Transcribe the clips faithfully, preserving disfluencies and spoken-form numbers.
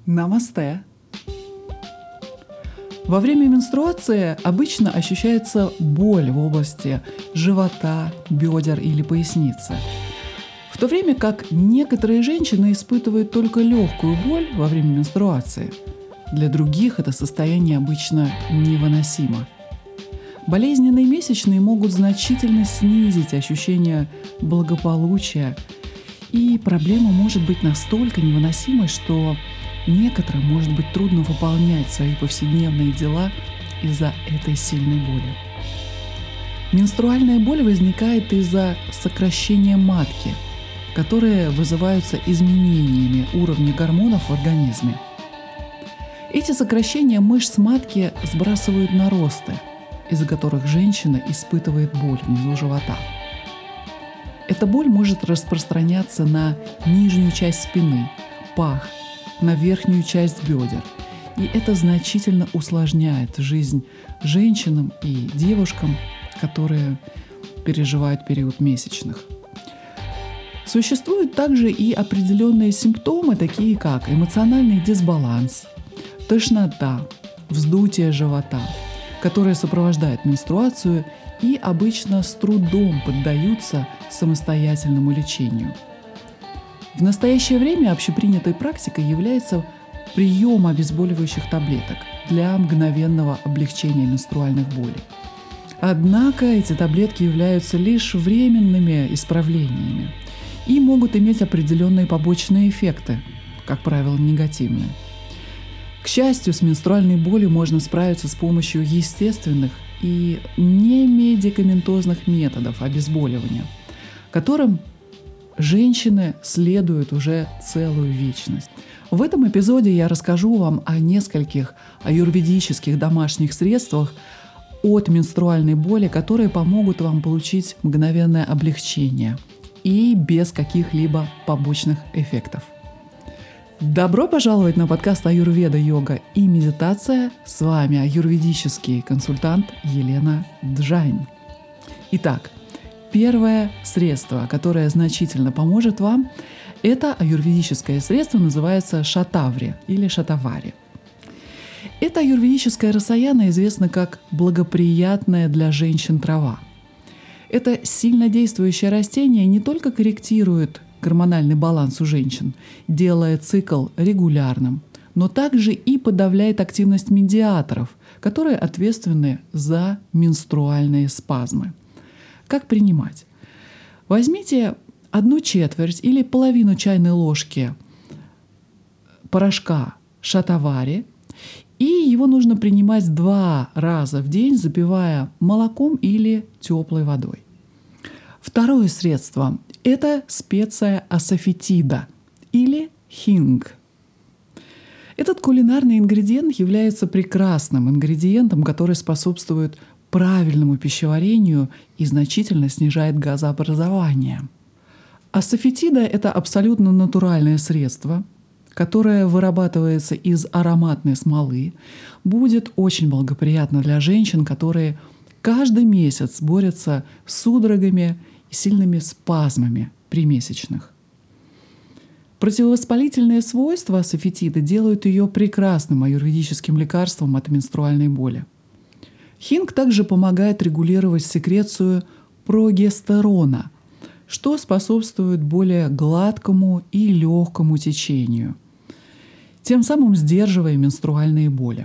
Намасте! Во время менструации обычно ощущается боль в области живота, бедер или поясницы, в то время как некоторые женщины испытывают только легкую боль во время менструации. Для других это состояние обычно невыносимо. Болезненные месячные могут значительно снизить ощущение благополучия, и проблема может быть настолько невыносимой, что некоторым может быть трудно выполнять свои повседневные дела из-за этой сильной боли. Менструальная боль возникает из-за сокращения матки, которые вызываются изменениями уровня гормонов в организме. Эти сокращения мышц матки сбрасывают наросты, из-за которых женщина испытывает боль внизу живота. Эта боль может распространяться на нижнюю часть спины, пах, на верхнюю часть бедер. И это значительно усложняет жизнь женщинам и девушкам, которые переживают период месячных. Существуют также и определенные симптомы, такие как эмоциональный дисбаланс, тошнота, вздутие живота, которые сопровождают менструацию и обычно с трудом поддаются самостоятельному лечению. В настоящее время общепринятой практикой является прием обезболивающих таблеток для мгновенного облегчения менструальных болей. Однако эти таблетки являются лишь временными исправлениями и могут иметь определенные побочные эффекты, как правило, негативные. К счастью, с менструальной болью можно справиться с помощью естественных и немедикаментозных методов обезболивания, которым женщины следуют уже целую вечность. В этом эпизоде я расскажу вам о нескольких аюрведических домашних средствах от менструальной боли, которые помогут вам получить мгновенное облегчение и без каких-либо побочных эффектов. Добро пожаловать на подкаст «Аюрведа, йога и медитация». С вами аюрведический консультант Елена Джайн. Итак, первое средство, которое значительно поможет вам, это аюрведическое средство, называется шатаври или шатавари. Это аюрведическая расаяна известна как благоприятная для женщин трава. Это сильнодействующее растение не только корректирует гормональный баланс у женщин, делая цикл регулярным, но также и подавляет активность медиаторов, которые ответственны за менструальные спазмы. Как принимать? Возьмите одну четверть или половину чайной ложки порошка шатавари, и его нужно принимать два раза в день, запивая молоком или теплой водой. Второе средство – это специя асафетида или хинг. Этот кулинарный ингредиент является прекрасным ингредиентом, который способствует правильному пищеварению и значительно снижает газообразование. Асафетида – это абсолютно натуральное средство, которое вырабатывается из ароматной смолы, будет очень благоприятно для женщин, которые каждый месяц борются с судорогами и сильными спазмами при месячных. Противовоспалительные свойства асафетида делают ее прекрасным аюрведическим лекарством от менструальной боли. Хинг также помогает регулировать секрецию прогестерона, что способствует более гладкому и легкому течению, тем самым сдерживая менструальные боли.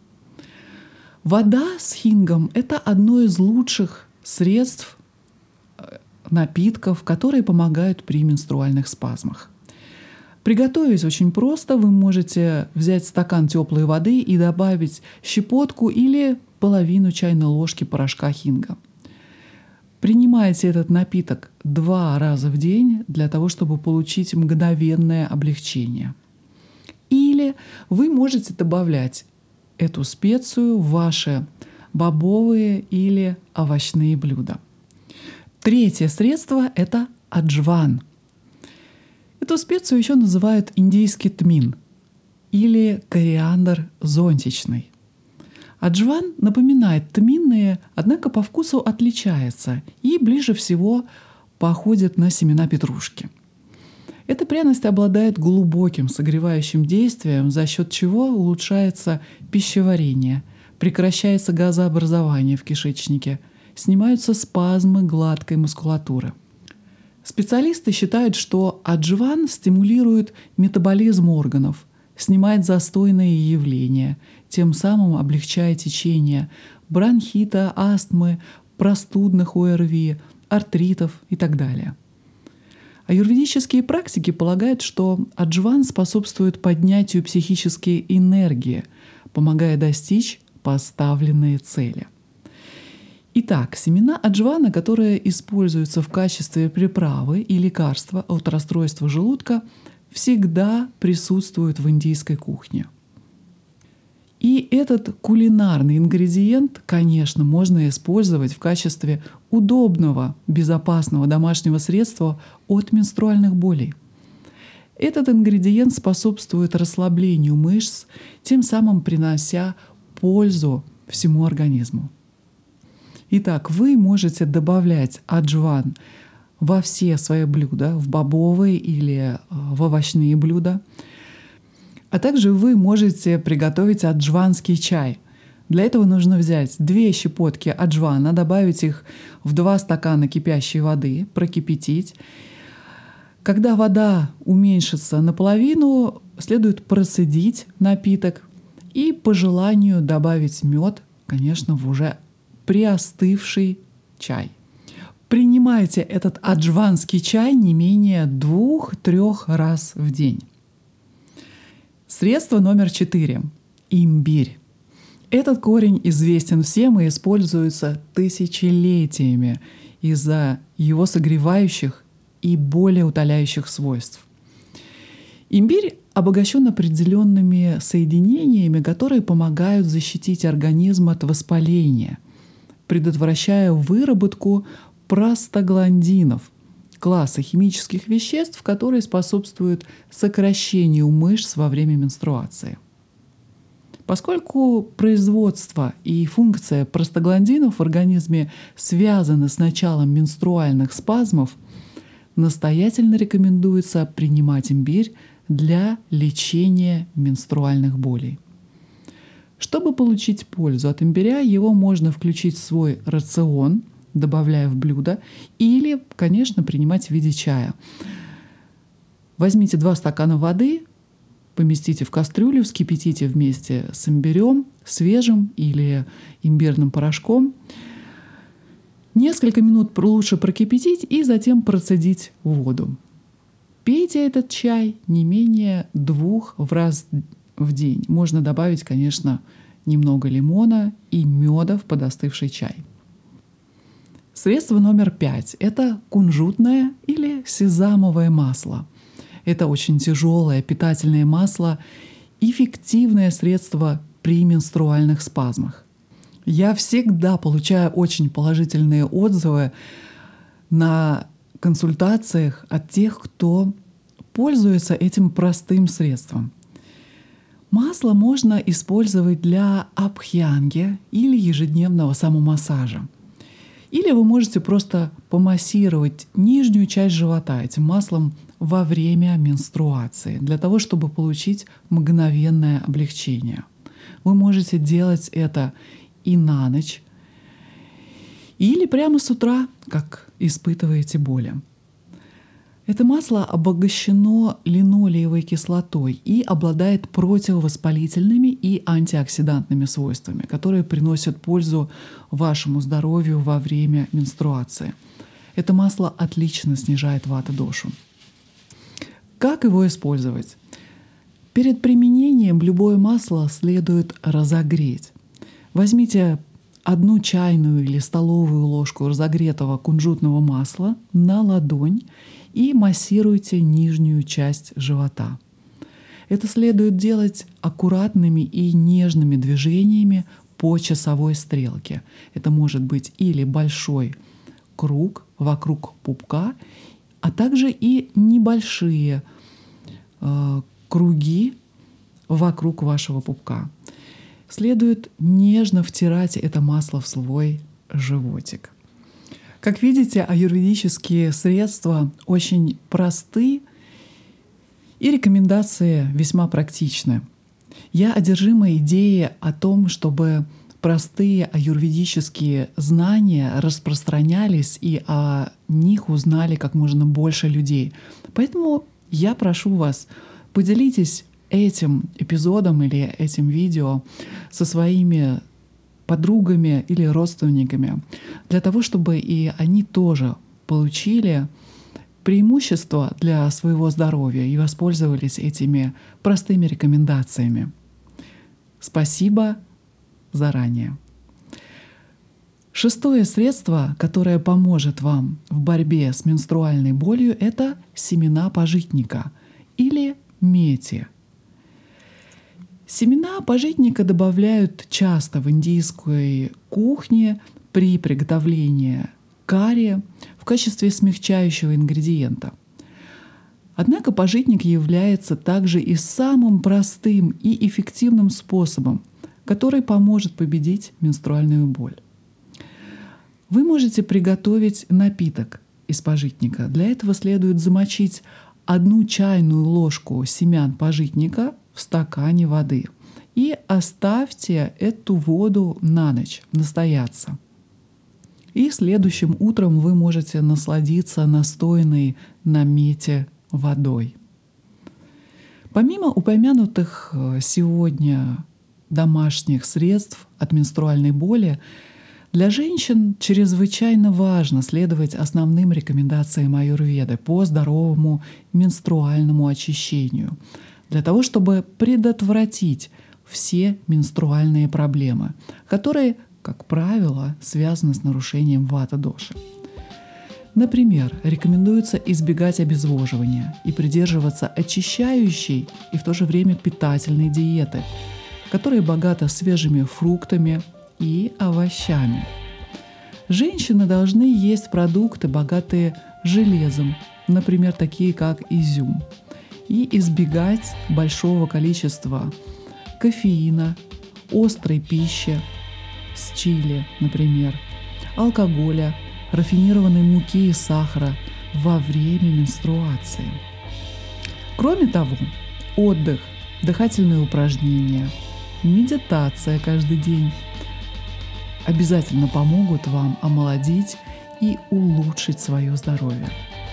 Вода с хингом – это одно из лучших средств, напитков, которые помогают при менструальных спазмах. Приготовить очень просто. Вы можете взять стакан теплой воды и добавить щепотку или половину чайной ложки порошка хинга. Принимайте этот напиток два раза в день для того, чтобы получить мгновенное облегчение. Или вы можете добавлять эту специю в ваши бобовые или овощные блюда. Третье средство – это аджван. Эту специю еще называют индийский тмин или кориандр зонтичный. Аджван напоминает тминные, однако по вкусу отличается и ближе всего походит на семена петрушки. Эта пряность обладает глубоким согревающим действием, за счет чего улучшается пищеварение, прекращается газообразование в кишечнике, снимаются спазмы гладкой мускулатуры. Специалисты считают, что аджван стимулирует метаболизм органов, снимает застойные явления, тем самым облегчая течение бронхита, астмы, простудных ОРВИ, артритов и так далее. Аюрведические практики полагают, что аджван способствует поднятию психической энергии, помогая достичь поставленные цели. Итак, семена аджвана, которые используются в качестве приправы и лекарства от расстройства желудка, всегда присутствуют в индийской кухне. И этот кулинарный ингредиент, конечно, можно использовать в качестве удобного, безопасного домашнего средства от менструальных болей. Этот ингредиент способствует расслаблению мышц, тем самым принося пользу всему организму. Итак, вы можете добавлять аджван во все свои блюда, в бобовые или в овощные блюда. А также вы можете приготовить аджванский чай. Для этого нужно взять две щепотки аджвана, добавить их в два стакана кипящей воды, прокипятить. Когда вода уменьшится наполовину, следует процедить напиток и по желанию добавить мед, конечно, в уже приостывший чай. Принимайте этот аджванский чай не менее двух-трех раз в день. Средство номер четыре. Имбирь. Этот корень известен всем и используется тысячелетиями из-за его согревающих и болеутоляющих свойств. Имбирь обогащен определенными соединениями, которые помогают защитить организм от воспаления, предотвращая выработку простагландинов, класса химических веществ, которые способствуют сокращению мышц во время менструации. Поскольку производство и функция простагландинов в организме связаны с началом менструальных спазмов, настоятельно рекомендуется принимать имбирь для лечения менструальных болей. Чтобы получить пользу от имбиря, его можно включить в свой рацион, добавляя в блюдо, или, конечно, принимать в виде чая. Возьмите два стакана воды, поместите в кастрюлю, вскипятите вместе с имбирем, свежим или имбирным порошком. Несколько минут лучше прокипятить и затем процедить воду. Пейте этот чай не менее двух в раз в день. Можно добавить, конечно, немного лимона и меда в подостывший чай. Средство номер пять – это кунжутное или сезамовое масло. Это очень тяжелое питательное масло, эффективное средство при менструальных спазмах. Я всегда получаю очень положительные отзывы на консультациях от тех, кто пользуется этим простым средством. Масло можно использовать для абхьянги или ежедневного самомассажа. Или вы можете просто помассировать нижнюю часть живота этим маслом во время менструации, для того, чтобы получить мгновенное облегчение. Вы можете делать это и на ночь, или прямо с утра, как испытываете боли. Это масло обогащено линолеевой кислотой и обладает противовоспалительными и антиоксидантными свойствами, которые приносят пользу вашему здоровью во время менструации. Это масло отлично снижает вата-дошу. Как его использовать? Перед применением любое масло следует разогреть. Возьмите одну чайную или столовую ложку разогретого кунжутного масла на ладонь и массируйте нижнюю часть живота. Это следует делать аккуратными и нежными движениями по часовой стрелке. Это может быть или большой круг вокруг пупка, а также и небольшие э, круги вокруг вашего пупка. Следует нежно втирать это масло в свой животик. Как видите, аюрведические средства очень просты И рекомендации весьма практичны. Я одержима идеей о том, чтобы простые аюрведические знания распространялись и о них узнали как можно больше людей. Поэтому я прошу вас, поделитесь этим эпизодом или этим видео со своими подругами или родственниками, для того, чтобы и они тоже получили преимущества для своего здоровья и воспользовались этими простыми рекомендациями. Спасибо заранее. Шестое средство, которое поможет вам в борьбе с менструальной болью, это семена пажитника или мети. Семена пажитника добавляют часто в индийской кухне при приготовлении карри в качестве смягчающего ингредиента. Однако пажитник является также и самым простым и эффективным способом, который поможет победить менструальную боль. Вы можете приготовить напиток из пажитника. Для этого следует замочить одну чайную ложку семян пажитника в стакане воды и оставьте эту воду на ночь настояться. И следующим утром вы можете насладиться настоянной на мете водой. Помимо упомянутых сегодня домашних средств от менструальной боли, для женщин чрезвычайно важно следовать основным рекомендациям аюрведы по здоровому менструальному очищению, для того, чтобы предотвратить все менструальные проблемы, которые, как правило, связаны с нарушением вата-доши. Например, рекомендуется избегать обезвоживания и придерживаться очищающей и в то же время питательной диеты, которая богата свежими фруктами и овощами. Женщины должны есть продукты, богатые железом, например, такие как изюм, и избегать большого количества кофеина, острой пищи с чили, например, алкоголя, рафинированной муки и сахара во время менструации. Кроме того, отдых, дыхательные упражнения, медитация каждый день обязательно помогут вам омолодить и улучшить свое здоровье.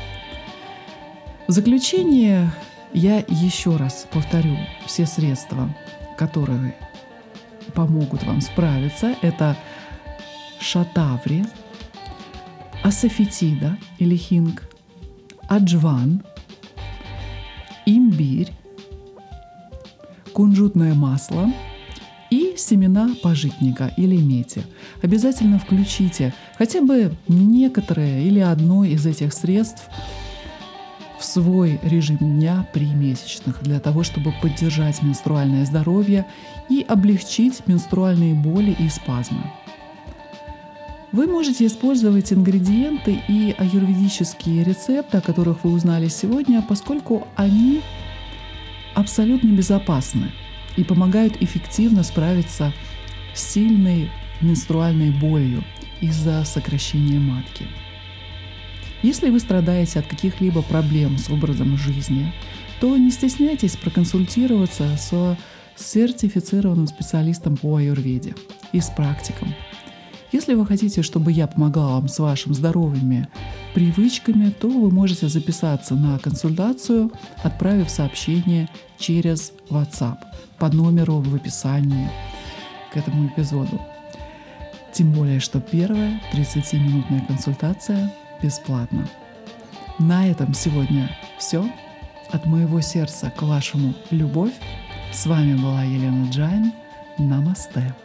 В заключение я еще раз повторю все средства, которые помогут вам справиться. Это шатаври, асафетида или хинг, аджван, имбирь, кунжутное масло и семена пажитника или мети. Обязательно включите хотя бы некоторые или одно из этих средств в свой режим дня при месячных, для того, чтобы поддержать менструальное здоровье и облегчить менструальные боли и спазмы. Вы можете использовать ингредиенты и аюрведические рецепты, о которых вы узнали сегодня, поскольку они абсолютно безопасны и помогают эффективно справиться с сильной менструальной болью из-за сокращения матки. Если вы страдаете от каких-либо проблем с образом жизни, то не стесняйтесь проконсультироваться со сертифицированным специалистом по аюрведе и с практиком. Если вы хотите, чтобы я помогла вам с вашими здоровыми привычками, то вы можете записаться на консультацию, отправив сообщение через WhatsApp по номеру в описании к этому эпизоду. Тем более, что первая тридцатиминутная консультация бесплатна. На этом сегодня все. От моего сердца к вашему любовь. С вами была Елена Джайн. Намасте.